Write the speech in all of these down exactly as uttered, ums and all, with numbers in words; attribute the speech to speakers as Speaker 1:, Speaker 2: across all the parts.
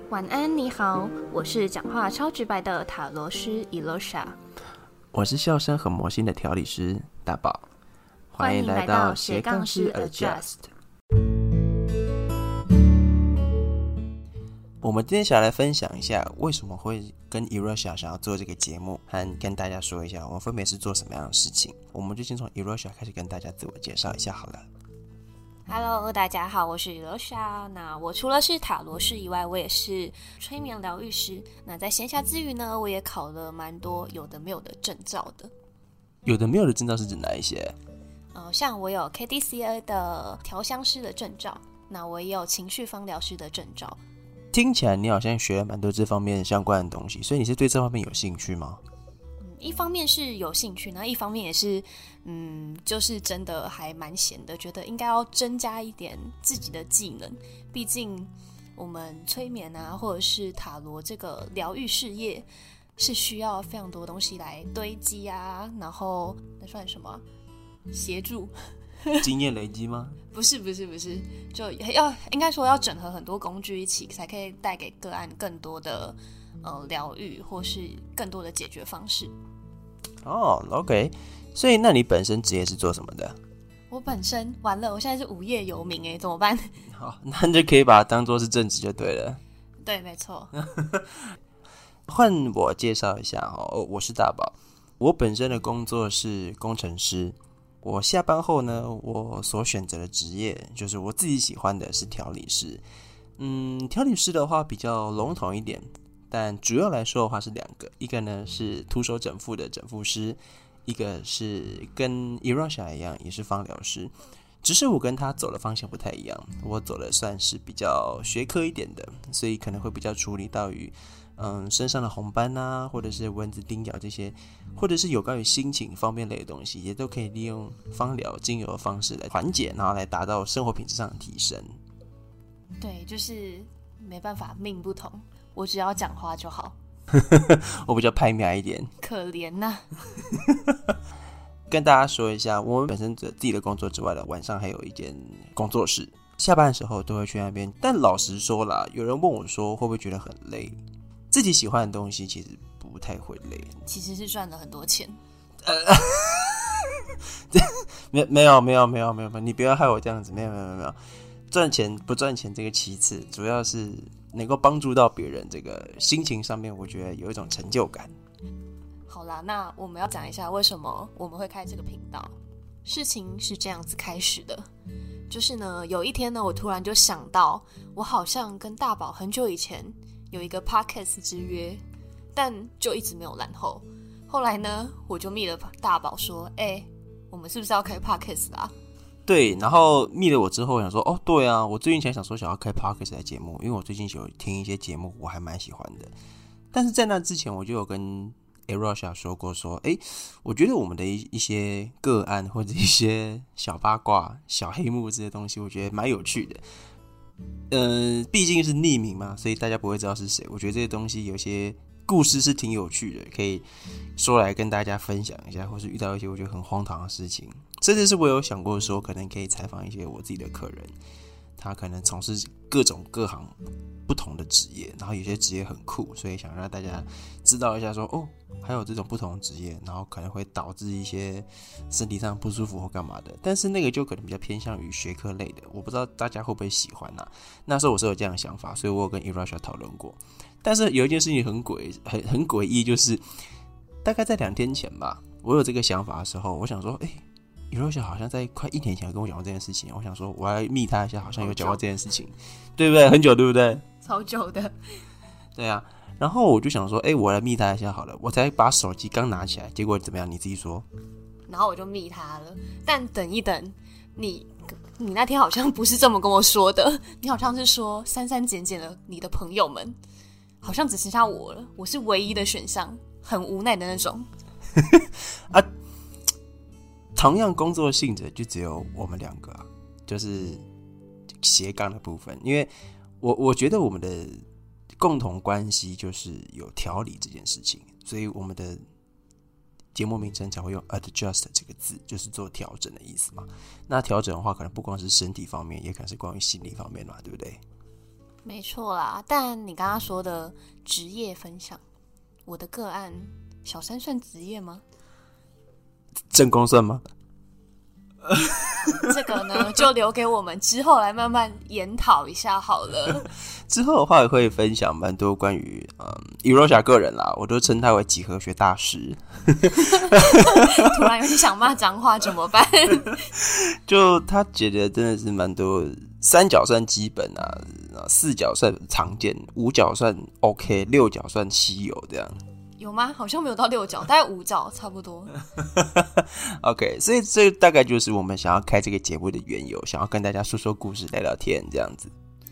Speaker 1: 晚安，你好，我是讲话超直白的塔罗师 Eloisa，
Speaker 2: 我是笑声很魔性的调理师大宝，
Speaker 1: 欢迎来到斜杠式 Adjust。
Speaker 2: 我们今天想来分享一下为什么会跟 Eloisa 想要做这个节目，和跟大家说一下我们分别是做什么样的事情。我们就先从 Eloisa 开始跟大家自我介绍一下好了。
Speaker 1: Hello， 大家好，我是 Eloisa。那我除了是塔罗师以外，我也是催眠疗愈师。那在闲暇之余呢，我也考了蛮多有的没有的证照的。
Speaker 2: 有的没有的证照是指哪一些？
Speaker 1: 呃，像我有 K D C A 的调香师的证照，那我也有情绪芳疗师的证照。
Speaker 2: 听起来你好像学了蛮多这方面相关的东西，所以你是对这方面有兴趣吗？
Speaker 1: 一方面是有兴趣，那一方面也是，嗯，就是真的还蛮闲的，觉得应该要增加一点自己的技能。毕竟我们催眠啊，或者是塔罗这个疗愈事业，是需要非常多东西来堆积啊，然后那算什么？协助
Speaker 2: 经验累积吗？
Speaker 1: 不是不是不是，就要应该说要整合很多工具一起，才可以带给个案更多的呃疗愈，或是更多的解决方式。
Speaker 2: 哦、oh, ，OK， 所以那你本身职业是做什么的？
Speaker 1: 我本身完了，我现在是无业游民哎，怎么办？
Speaker 2: 好，那就可以把它当作是正职就对了。
Speaker 1: 对，没错。
Speaker 2: 换我介绍一下哦，我是大宝，我本身的工作是工程师。我下班后呢，我所选择的职业就是我自己喜欢的是调理师。嗯，调理师的话比较笼统一点，但主要来说的话是两个，一个呢是徒手整复的整复师，一个是跟 Eloisa 一样也是芳疗师，只是我跟他走的方向不太一样，我走的算是比较学科一点的，所以可能会比较处理到于嗯身上的红斑啊，或者是蚊子叮咬这些，或者是有关于心情方面类的东西，也都可以利用芳疗精油的方式来缓解，然后来达到生活品质上的提升。
Speaker 1: 对，就是没办法，命不同，我只要讲话就好。
Speaker 2: 我比较拍苗一点，
Speaker 1: 可怜呐、啊。
Speaker 2: 跟大家说一下，我们本身自己的工作之外的，晚上还有一间工作室，下班的时候都会去那边。但老实说啦，有人问我说会不会觉得很累？自己喜欢的东西其实不太会累，
Speaker 1: 其实是赚了很多钱。
Speaker 2: 呃，没没有没有没有没有没有，你不要害我这样子，没有没有没有没有。赚钱不赚钱这个其次，主要是能够帮助到别人，这个心情上面我觉得有一种成就感。
Speaker 1: 好啦，那我们要讲一下为什么我们会开这个频道。事情是这样子开始的，就是呢，有一天呢，我突然就想到，我好像跟大宝很久以前有一个 podcast 之约，但就一直没有然后。后来呢，我就密了大宝说，哎、欸，我们是不是要开 podcast 啦？
Speaker 2: 对，然后密了我之后，我想说，哦，对啊，我最近才想说想要开 podcast 的节目，因为我最近有听一些节目，我还蛮喜欢的。但是在那之前，我就有跟 Eloisa 说过说，哎，我觉得我们的一些个案或者一些小八卦、小黑幕这些东西，我觉得蛮有趣的。呃，毕竟是匿名嘛，所以大家不会知道是谁。我觉得这些东西有些故事是挺有趣的，可以说来跟大家分享一下，或是遇到一些我觉得很荒唐的事情。甚至是我有想过说，可能可以采访一些我自己的客人，他可能从事各种各行不同的职业，然后有些职业很酷，所以想让大家知道一下说，哦，还有这种不同的职业，然后可能会导致一些身体上不舒服或干嘛的。但是那个就可能比较偏向于学科类的，我不知道大家会不会喜欢啊。那时候我是有这样的想法，所以我有跟 Eloisa 讨论过。但是有一件事情很诡很很诡异，就是大概在两天前吧，我有这个想法的时候，我想说，哎、欸。Eloisa 好像在快一年前跟我讲过这件事情，我想说我要密他一下，好像有讲过这件事情，对不对？很久，对不对？
Speaker 1: 超久的。
Speaker 2: 对啊，然后我就想说，哎、欸，我来密他一下好了。我才把手机刚拿起来，结果怎么样？你自己说。
Speaker 1: 然后我就密他了，但等一等，你你那天好像不是这么跟我说的，你好像是说删删减减了你的朋友们，好像只剩下我了，我是唯一的选项，很无奈的那种。
Speaker 2: 啊。同样工作性质就只有我们两个啊，就是斜杠的部分。因为我我觉得我们的共同关系就是有调理这件事情，所以我们的节目名称才会用 adjust 这个字，就是做调整的意思嘛。那调整的话，可能不光是身体方面，也可能是关于心理方面嘛，对不对？
Speaker 1: 没错啦，但你刚刚说的职业分享，我的个案，小三算职业吗？
Speaker 2: 正宫算吗？
Speaker 1: 这个呢，就留给我们之后来慢慢研讨一下好了。
Speaker 2: 之后的话也会分享蛮多关于嗯 Erosia 个人啦，我都称他为几何学大师。
Speaker 1: 突然有点想骂脏话怎么办？
Speaker 2: 就他觉得真的是蛮多，三角算基本啊，四角算常见，五角算 OK， 六角算稀有这样。
Speaker 1: 有吗？好像没有到六角，大概五角差不多。
Speaker 2: OK， 所以这大概就是我们想要开这个节目的缘由，想要跟大家说说故事、聊聊天这样子。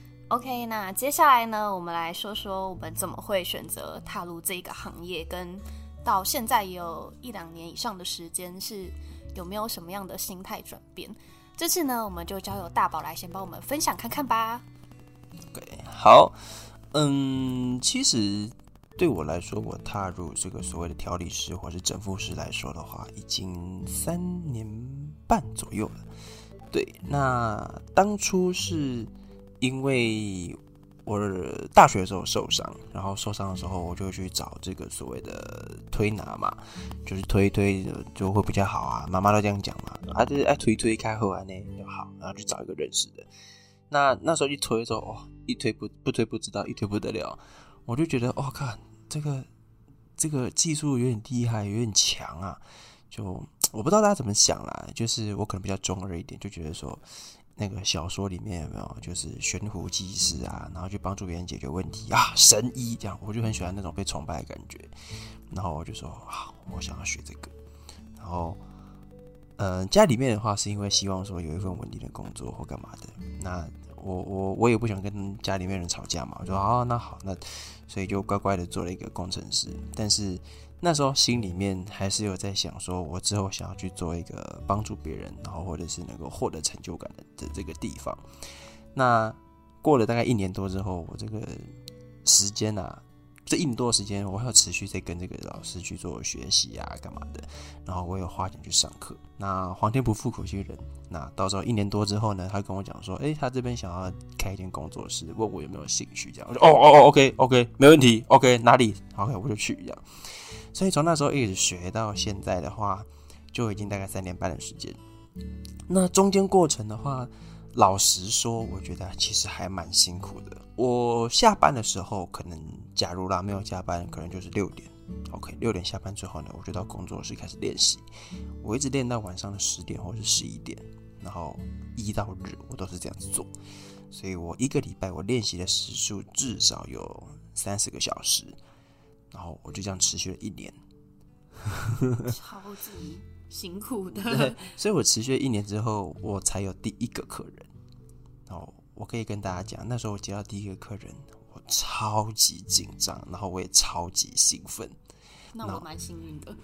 Speaker 1: OK， 那接下来呢，我们来说说我们怎么会选择踏入这个行业，跟到现在也有一两年以上的时间，是有没有什么样的心态转变？这次呢，我们就交由大宝来先帮我们分享看看吧。
Speaker 2: OK， 好，嗯，其实对我来说，我踏入这个所谓的调理师或是整复师来说的话，已经三年半左右了。对，那当初是因为我大学的时候受伤，然后受伤的时候我就去找这个所谓的推拿嘛，就是推一推就会比较好啊，妈妈都这样讲嘛，啊就是爱推推开后啊那就好，然后去找一个认识的。那那时候一推之后，哦，一推不不推不知道，一推不得了，我就觉得哦，看这个这个技术有点厉害，有点强啊，就我不知道大家怎么想啦，就是我可能比较中二一点，就觉得说。那个小说里面有没有就是悬壶济世啊，然后去帮助别人解决问题啊，神医这样，我就很喜欢那种被崇拜的感觉。然后我就说好，我想要学这个。然后，呃，家里面的话是因为希望说有一份稳定的工作或干嘛的。那我我我也不想跟家里面人吵架嘛，我说哦，那好，那所以就乖乖的做了一个工程师。但是那时候心里面还是有在想说我之后想要去做一个帮助别人，然后或者是能够获得成就感的这个地方。那过了大概一年多之后，我这个时间啊，这一年多的时间，我还有持续在跟这个老师去做学习啊，干嘛的。然后我有花钱去上课。那皇天不负苦心人，那到时候一年多之后呢，他跟我讲说，哎，他这边想要开一间工作室，问我有没有兴趣，这样。我就哦哦哦 ，OK OK， 没问题 ，OK 哪里 ？OK 我就去这样。所以从那时候一直学到现在的话，就已经大概三年半的时间。那中间过程的话，老实说，我觉得其实还蛮辛苦的。我下班的时候，可能假如啦没有加班，可能就是六点。OK， 六点下班之后呢，我就到工作室开始练习。我一直练到晚上的十点或者是十一点，然后一到日我都是这样子做。所以我一个礼拜我练习的时数至少有三十个小时。然后我就这样持续了一年，
Speaker 1: 超级辛苦的。
Speaker 2: 对，所以我持续了一年之后，我才有第一个客人。然后我可以跟大家讲，那时候我接到第一个客人，我超级紧张，然后我也超级兴奋。
Speaker 1: 那我蛮幸运的。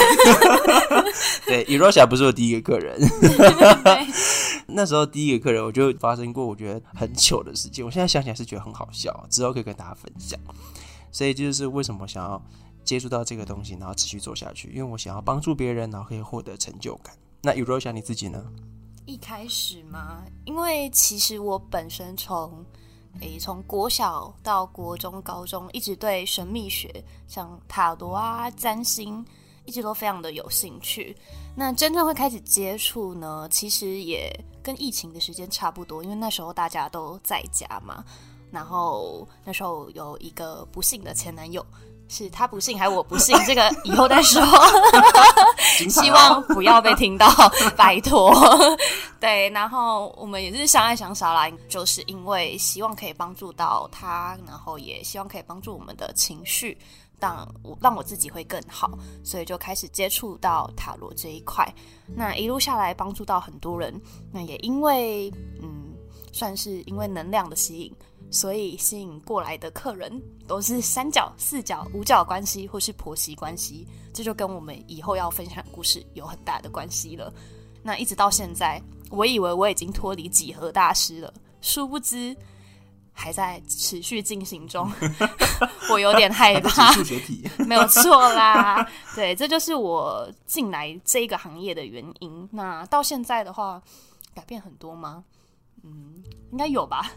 Speaker 2: 对 ，Erosia 不是我第一个客人。那时候第一个客人，我就发生过我觉得很糗的事情。我现在想起来是觉得很好笑，之后可以跟大家分享。所以就是为什么想要接触到这个东西，然后持续做下去，因为我想要帮助别人，然后可以获得成就感。那 Erosia 你自己呢？
Speaker 1: 一开始嘛，因为其实我本身从诶从国小到国中、高中，一直对神秘学，像塔罗啊、占星，一直都非常的有兴趣。那真正会开始接触呢，其实也跟疫情的时间差不多，因为那时候大家都在家嘛。然后那时候有一个不幸的前男友，是他不幸还是我不幸，这个以后再说。希望不要被听到，拜托。对，然后我们也是相爱相杀啦，就是因为希望可以帮助到他，然后也希望可以帮助我们的情绪，让我让我自己会更好，所以就开始接触到塔罗这一块。那一路下来帮助到很多人，那也因为嗯，算是因为能量的吸引。所以吸引过来的客人都是三角、四角、五角关系或是婆媳关系，这就跟我们以后要分享的故事有很大的关系了。那一直到现在，我以为我已经脱离几何大师了，殊不知还在持续进行中。我有点害怕。
Speaker 2: 数学题
Speaker 1: 没有错啦。对，这就是我进来这个行业的原因。那到现在的话，改变很多吗？嗯，应该有吧。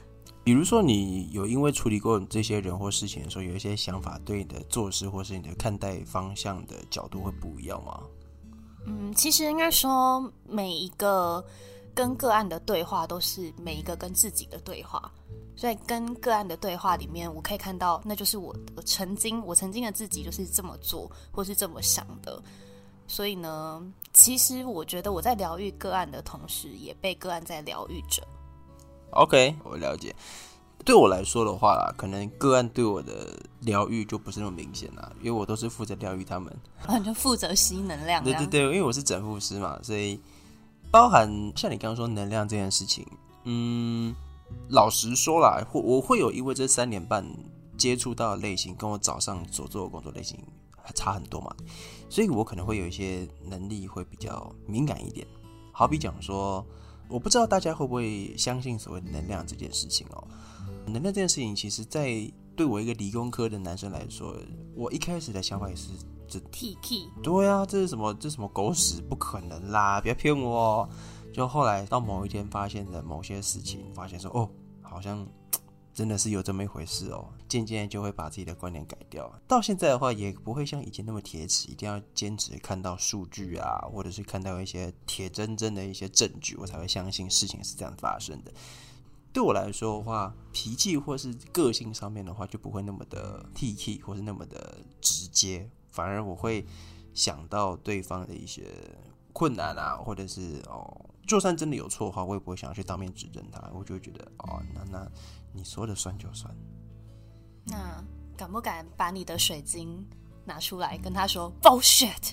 Speaker 2: 比如说你有因为处理过这些人或事情的时候，有一些想法对你的做事或是你的看待方向的角度会不一样吗？
Speaker 1: 嗯，其实应该说每一个跟个案的对话都是每一个跟自己的对话，所以跟个案的对话里面，我可以看到那就是我我曾经我曾经的自己就是这么做或是这么想的。所以呢，其实我觉得我在疗愈个案的同时，也被个案在疗愈着。
Speaker 2: OK， 我了解。对我来说的话啦，可能个案对我的疗愈就不是那么明显啦，因为我都是负责疗愈他们，
Speaker 1: 啊，就负责吸能量。
Speaker 2: 对对对，因为我是整复师嘛，所以包含像你刚刚说能量这件事情，嗯，老实说啦，我会有因为这三年半接触到的类型，跟我早上所做的工作类型差很多嘛，所以我可能会有一些能力会比较敏感一点。好比讲说，我不知道大家会不会相信所谓的能量这件事情哦。能量这件事情，其实在对我一个理工科的男生来说，我一开始的想法也是这
Speaker 1: T K，
Speaker 2: 对啊，这是什么？这是什么狗屎？不可能啦！不要骗我哦。就后来到某一天发现的某些事情，发现说哦，好像真的是有这么一回事哦。渐渐就会把自己的观念改掉。到现在的话，也不会像以前那么铁齿，一定要坚持看到数据啊，或者是看到一些铁铮铮的一些证据，我才会相信事情是这样发生的。对我来说的话，脾气或是个性上面的话，就不会那么的 T K 或是那么的直接，反而我会想到对方的一些困难啊，或者是哦，就算真的有错的话，我也不会想要去当面指正他，我就会觉得哦，那那你说的算就算。
Speaker 1: 那敢不敢把你的水晶拿出来跟他说 bullshit？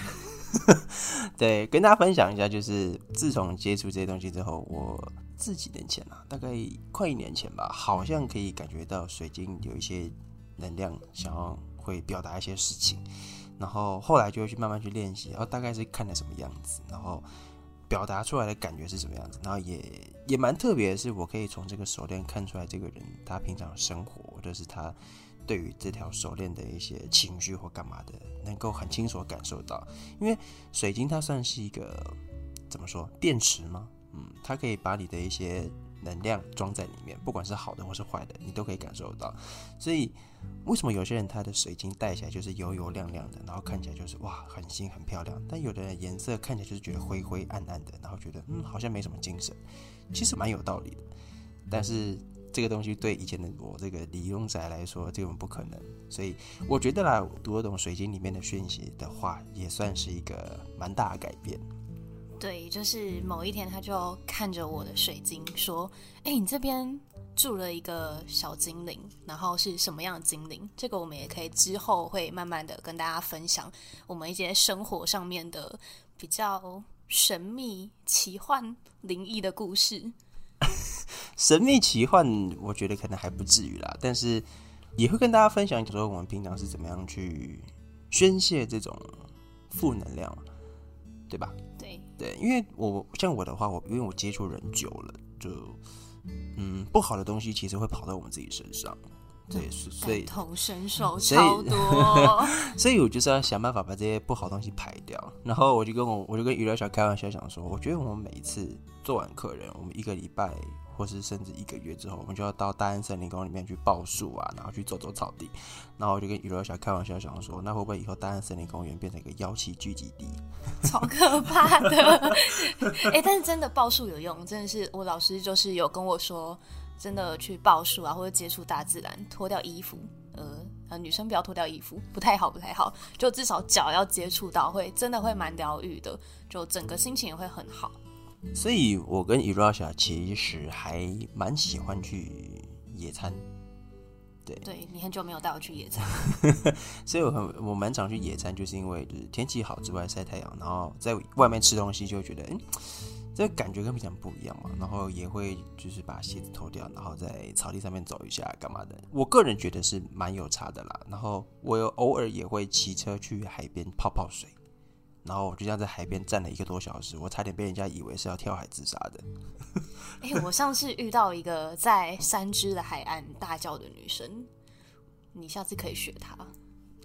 Speaker 2: 对，跟大家分享一下，就是自从接触这些东西之后，我自几年前啊，大概快一年前吧，好像可以感觉到水晶有一些能量，想要会表达一些事情，然后后来就会去慢慢去练习，然后大概是看的什么样子，然后表达出来的感觉是什么样子，然后也也蛮特别的是，我可以从这个手链看出来这个人他平常生活，或者是他对于这条手链的一些情绪或干嘛的，能够很清楚地感受到。因为水晶它算是一个怎么说电池吗？嗯，它可以把你的一些能量装在里面，不管是好的或是坏的，你都可以感受到。所以为什么有些人他的水晶戴起来就是油油亮亮的，然后看起来就是哇很新很漂亮，但有的人颜色看起来就是觉得灰灰暗暗的，然后觉得嗯好像没什么精神，其实蛮有道理的。但是这个东西对以前的我这个理工宅来说，这种不可能。所以我觉得啦，读得懂水晶里面的讯息的话，也算是一个蛮大的改变。
Speaker 1: 对，就是某一天他就看着我的水晶说：“哎，你这边住了一个小精灵，然后是什么样的精灵？这个我们也可以之后会慢慢的跟大家分享我们一些生活上面的比较神秘、奇幻、灵异的故事。”
Speaker 2: 神秘奇幻，我觉得可能还不至于啦，但是也会跟大家分享说我们平常是怎么样去宣泄这种负能量，对吧？
Speaker 1: 对
Speaker 2: 对，因为我像我的话，我因为我接触人久了，就嗯不好的东西其实会跑到我们自己身上，对，所以
Speaker 1: 感同身受超多，
Speaker 2: 所以我就是要想办法把这些不好的东西排掉。然后我就跟我我就跟娱乐小开玩笑讲说，我觉得我们每一次做完客人，我们一个礼拜或是甚至一个月之后，我们就要到大安森林公园里面去抱树啊，然后去走走草地。然后我就跟娱乐小开玩笑讲说，那会不会以后大安森林公园变成一个妖气聚集地？
Speaker 1: 超可怕的！哎、欸，但是真的抱树有用，真的是我老师就是有跟我说，真的去抱树啊，或者接触大自然，脱掉衣服，呃，女生不要脱掉衣服，不太好，不太好。就至少脚要接触到，会真的会蛮疗愈的，就整个心情也会很好。
Speaker 2: 所以我跟 Irasha 其实还蛮喜欢去野餐。对，
Speaker 1: 对你很久没有带我去野餐，
Speaker 2: 所以我很我蛮常去野餐，就是因为就是天气好之外晒太阳，然后在外面吃东西就会觉得，嗯，这个感觉跟平常不一样嘛。然后也会就是把鞋子脱掉，然后在草地上面走一下干嘛的。我个人觉得是蛮有差的啦。然后我有偶尔也会骑车去海边泡泡水。然后我就这样在海边站了一个多小时，我差点被人家以为是要跳海自杀的。
Speaker 1: 哎、欸，我上次遇到一个在三芝的海岸大叫的女生，你下次可以学她。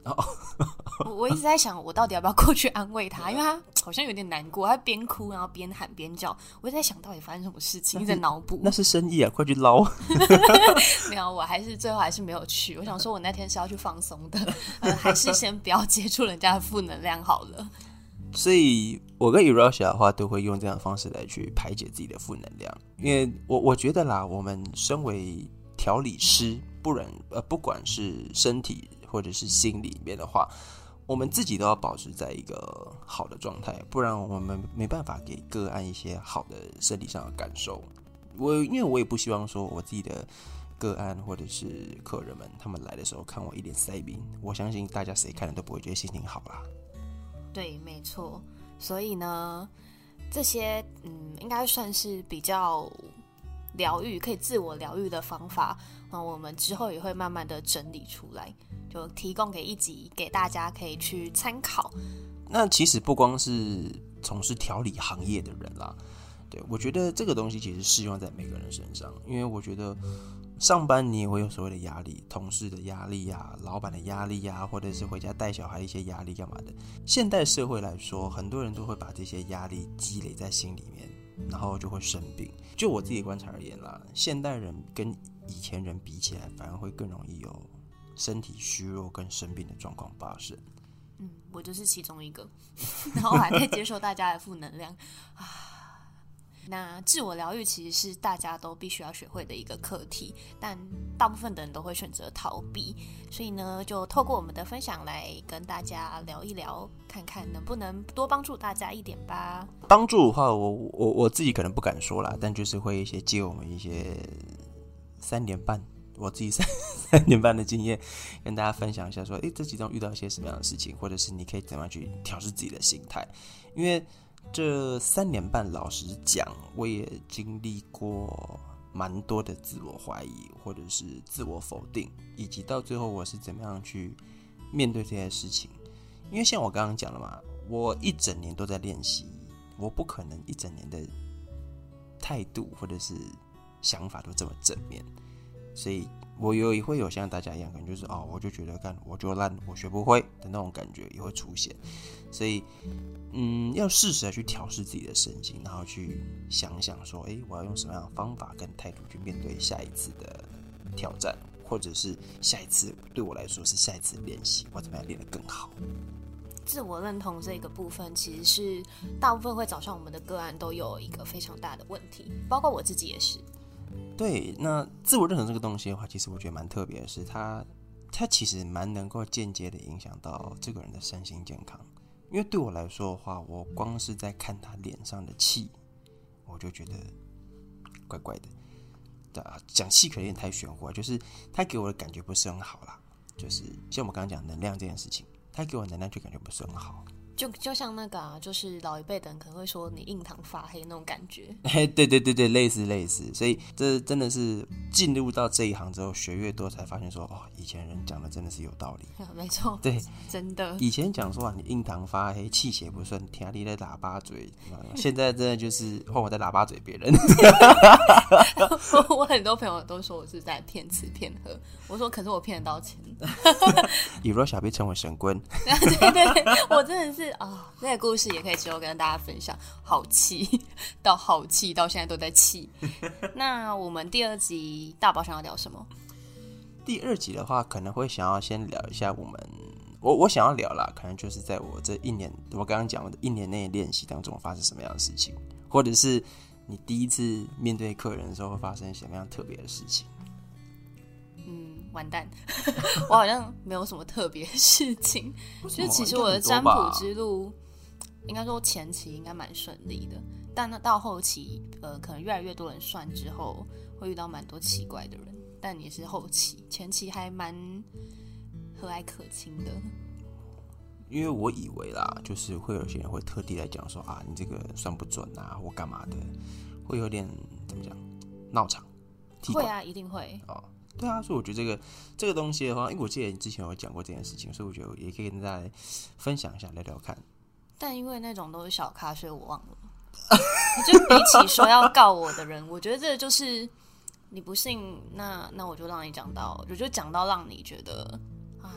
Speaker 1: 我我一直在想，我到底要不要过去安慰他，因为他好像有点难过，他边哭然后边喊边叫。我一直在想到底发生什么事情，一直在脑补。
Speaker 2: 那是生意啊，快去捞！
Speaker 1: 没有，我还是最后还是没有去。我想说，我那天是要去放松的，呃，还是先不要接触人家的负能量好了。
Speaker 2: 所以我跟 Erosha 的话，都会用这样的方式来去排解自己的负能量，因为我我觉得啦，我们身为调理师，不然呃，不管是身体或者是心里面的话，我们自己都要保持在一个好的状态，不然我们没办法给个案一些好的身体上的感受。我因为我也不希望说我自己的个案或者是客人们他们来的时候看我一脸塞宾，我相信大家谁看了都不会觉得心情好啦。
Speaker 1: 对，没错。所以呢，这些嗯，应该算是比较疗愈，可以自我疗愈的方法。嗯，我们之后也会慢慢的整理出来，就提供给一集给大家可以去参考。
Speaker 2: 那其实不光是从事调理行业的人啦，对，我觉得这个东西其实适用在每个人身上，因为我觉得上班你也会有所谓的压力，同事的压力啊，老板的压力啊，或者是回家带小孩一些压力干嘛的。现代社会来说，很多人都会把这些压力积累在心里面，然后就会生病。就我自己观察而言啦，现代人跟以前人比起来，反而会更容易有身体虚弱跟生病的状况发生。
Speaker 1: 嗯，我就是其中一个，然后我还在接受大家的负能量啊。那自我疗愈其实是大家都必须要学会的一个课题，但大部分的人都会选择逃避，所以呢，就透过我们的分享来跟大家聊一聊，看看能不能多帮助大家一点吧。
Speaker 2: 帮助的话，我我我自己可能不敢说啦，但就是会一些借我们一些三年半，我自己三三年半的经验，跟大家分享一下说，诶，这其中遇到一些什么样的事情，或者是你可以怎么样去调试自己的心态，因为这三年半，老实讲，我也经历过蛮多的自我怀疑，或者是自我否定，以及到最后我是怎么样去面对这些事情。因为像我刚刚讲了嘛，我一整年都在练习，我不可能一整年的态度或者是想法都这么正面，所以我有也会有像大家一样，可能就是哦，我就觉得干我就烂，我学不会的那种感觉也会出现，所以嗯，要适时的去调试自己的神经，然后去想想说，哎，我要用什么样的方法跟态度去面对下一次的挑战，或者是下一次对我来说是下一次练习，我怎么样练得更好。
Speaker 1: 自我认同这个部分，其实是大部分会找上我们的个案都有一个非常大的问题，包括我自己也是。
Speaker 2: 对，那自我认同这个东西的话，其实我觉得蛮特别的是，它它其实蛮能够间接的影响到这个人的身心健康。因为对我来说的话，我光是在看他脸上的气，我就觉得怪怪的。啊，讲气可能有点太玄乎，就是他给我的感觉不是很好啦。就是像我刚刚讲能量这件事情，他给我能量就感觉不是很好。
Speaker 1: 就就像那个啊，就是老一辈的人可能会说你印堂发黑那种感觉。
Speaker 2: 对对对对，类似类似，所以这真的是进入到这一行之后，学越多才发现说，哦，以前人讲的真的是有道理。
Speaker 1: 没错，
Speaker 2: 对，
Speaker 1: 真的。
Speaker 2: 以前讲说啊，你印堂发黑，气血不顺，听你在喇叭嘴，现在真的就是换我在喇叭嘴别人。
Speaker 1: 我很多朋友都说我是在骗吃骗喝，我说可是我骗得到钱。
Speaker 2: 以若小被称为神棍。
Speaker 1: 对对对，我真的是啊、哦，那个故事也可以之后跟大家分享。好气到好气到现在都在气。那我们第二集大宝想要聊什么？
Speaker 2: 第二集的话，可能会想要先聊一下我们，我我想要聊啦，可能就是在我这一年，我刚刚讲的一年内练习当中发生什么样的事情，或者是你第一次面对客人的时候会发生什么样特别的事情。
Speaker 1: 嗯，完蛋，我好像没有什么特别的事情。就是其实我的占卜之路，应该说前期应该蛮顺利的，但到后期，呃，可能越来越多人算之后，会遇到蛮多奇怪的人。但也是后期，前期还蛮和蔼可亲的。
Speaker 2: 因为我以为啦，就是会有些人会特地来讲说啊，你这个算不准啊，或干嘛的，会有点怎么讲闹场。
Speaker 1: 会啊，一定会。
Speaker 2: 哦，对啊，所以我觉得这个这个东西的话，因为我记得你之前有讲过这件事情，所以我觉得也可以跟大家分享一下，聊聊看。但
Speaker 1: 因为那种都是小咖，所以我忘了。就比起说要告我的人，我觉得这就是。你不信，那那我就让你讲到，我就讲到让你觉得啊，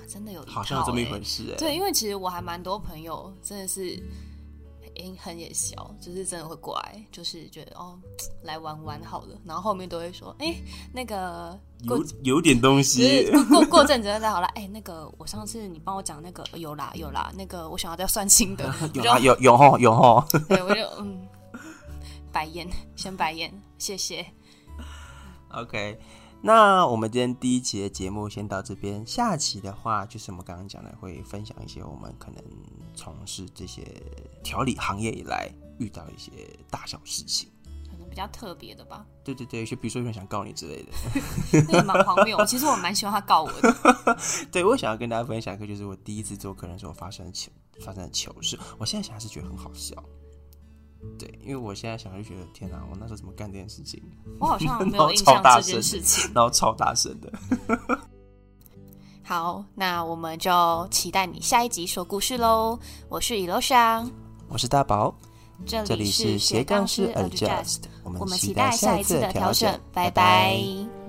Speaker 1: 真的有一套、欸，
Speaker 2: 好像有这么一回事哎、欸。
Speaker 1: 对，因为其实我还蛮多朋友真的是很也小，就是真的会过来，就是觉得哦来玩玩好了，然后后面都会说，哎、欸，那个
Speaker 2: 有有点东西，
Speaker 1: 过过过阵子再好了，哎、欸，那个我上次你帮我讲那个有啦有啦，那个我想要再算新的，
Speaker 2: 有啊有有吼有吼，
Speaker 1: 对，我就嗯白眼，先白眼，谢谢。
Speaker 2: OK。那我们今天第一期的节目先到这边，下期的话就是我们刚刚讲的，会分享一些我们可能从事这些调理行业以来遇到一些大小事情，
Speaker 1: 可能比较特别的吧。
Speaker 2: 对对对，就比如说有人想告你之类的，
Speaker 1: 那也蛮荒谬。其实我蛮希望他告我的。
Speaker 2: 对，我想要跟大家分享一个，就是我第一次做客人的时候发生的糗发生的糗事。我现在想还是觉得很好笑。对，因为我现在想就觉得天哪，我那时候怎么干这件事情？
Speaker 1: 我好像没有印象这件事情，
Speaker 2: 然后超大声的。
Speaker 1: 好，那我们就期待你下一集说故事喽。我是以罗莎，
Speaker 2: 我是大宝，
Speaker 1: 这里是斜杠式 Adjust，
Speaker 2: 我
Speaker 1: 我们期待下一次的调整，拜拜。